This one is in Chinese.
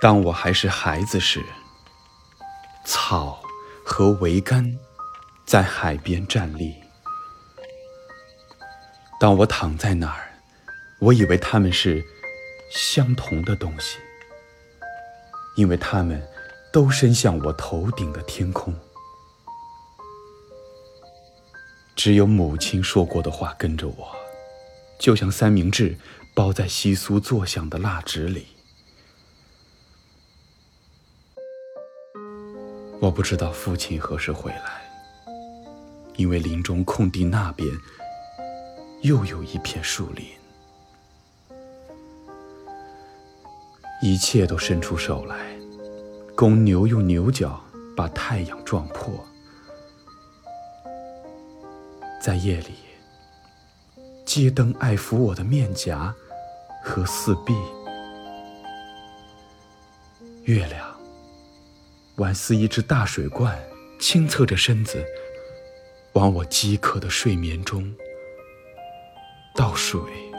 当我还是孩子时，草和桅杆在海边站立。当我躺在那儿，我以为它们是相同的东西，因为它们都伸向我头顶的天空。只有母亲说过的话跟着我，就像三明治包在窸窣作响的蜡纸里。我不知道父亲何时回来，因为林中空地那边又有一片树林。一切都伸出手来，公牛用牛角把太阳撞破。在夜里，街灯爱抚我的面颊和四壁，月亮宛似一只大水罐，清侧着身子往我饥渴的睡眠中倒水。